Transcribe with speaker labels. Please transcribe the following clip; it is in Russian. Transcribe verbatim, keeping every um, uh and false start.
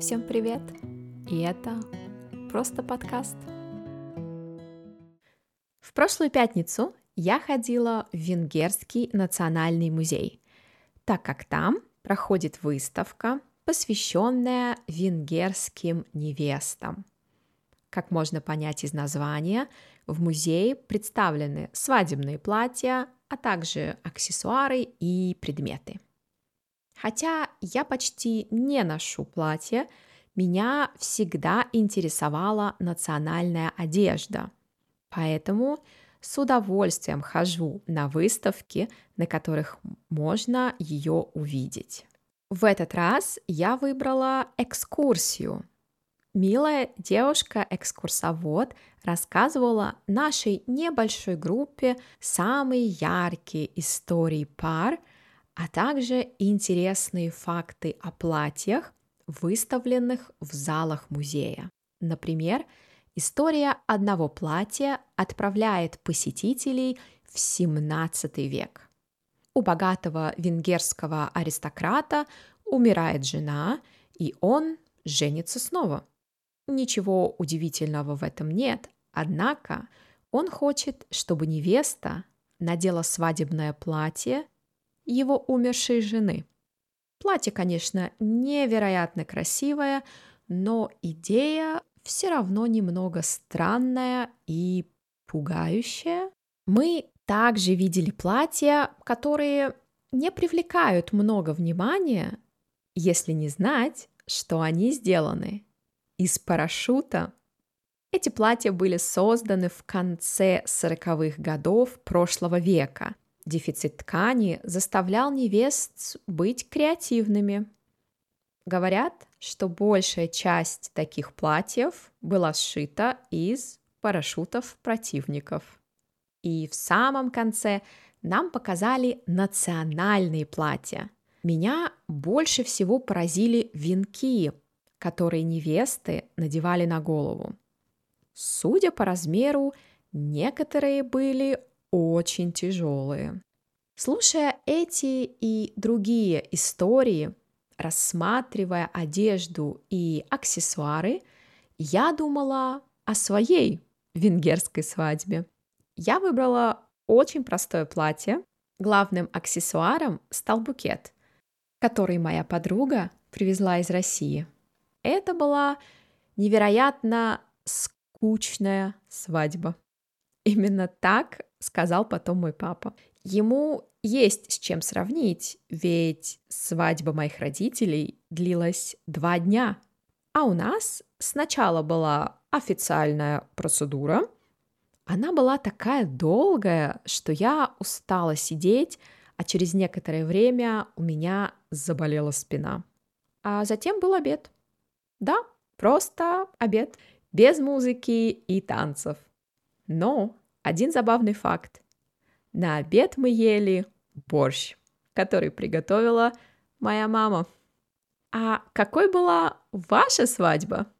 Speaker 1: Всем привет! И это просто подкаст. В прошлую пятницу я ходила в Венгерский национальный музей, так как там проходит выставка, посвященная венгерским невестам. Как можно понять из названия, в музее представлены свадебные платья, а также аксессуары и предметы. Хотя я почти не ношу платья, меня всегда интересовала национальная одежда. Поэтому с удовольствием хожу на выставки, на которых можно ее увидеть. В этот раз я выбрала экскурсию. Милая девушка-экскурсовод рассказывала нашей небольшой группе самые яркие истории пар, а также интересные факты о платьях, выставленных в залах музея. Например, история одного платья отправляет посетителей в семнадцатый век. У богатого венгерского аристократа умирает жена, и он женится снова. Ничего удивительного в этом нет, однако он хочет, чтобы невеста надела свадебное платье его умершей жены. Платье, конечно, невероятно красивое, но идея все равно немного странная и пугающая. Мы также видели платья, которые не привлекают много внимания, если не знать, что они сделаны из парашюта. Эти платья были созданы в конце сороковых годов прошлого века. Дефицит ткани заставлял невест быть креативными. Говорят, что большая часть таких платьев была сшита из парашютов противников. И в самом конце нам показали национальные платья. Меня больше всего поразили венки, которые невесты надевали на голову. Судя по размеру, некоторые были очень тяжелые. Слушая эти и другие истории, рассматривая одежду и аксессуары, я думала о своей венгерской свадьбе. Я выбрала очень простое платье. Главным аксессуаром стал букет, который моя подруга привезла из России. Это была невероятно скучная свадьба. Именно так сказал потом мой папа. Ему есть с чем сравнить, ведь свадьба моих родителей длилась два дня. А у нас сначала была официальная процедура. Она была такая долгая, что я устала сидеть, а через некоторое время у меня заболела спина. А затем был обед. Да, просто обед, без музыки и танцев. Но один забавный факт. На обед мы ели борщ, который приготовила моя мама. А какой была ваша свадьба?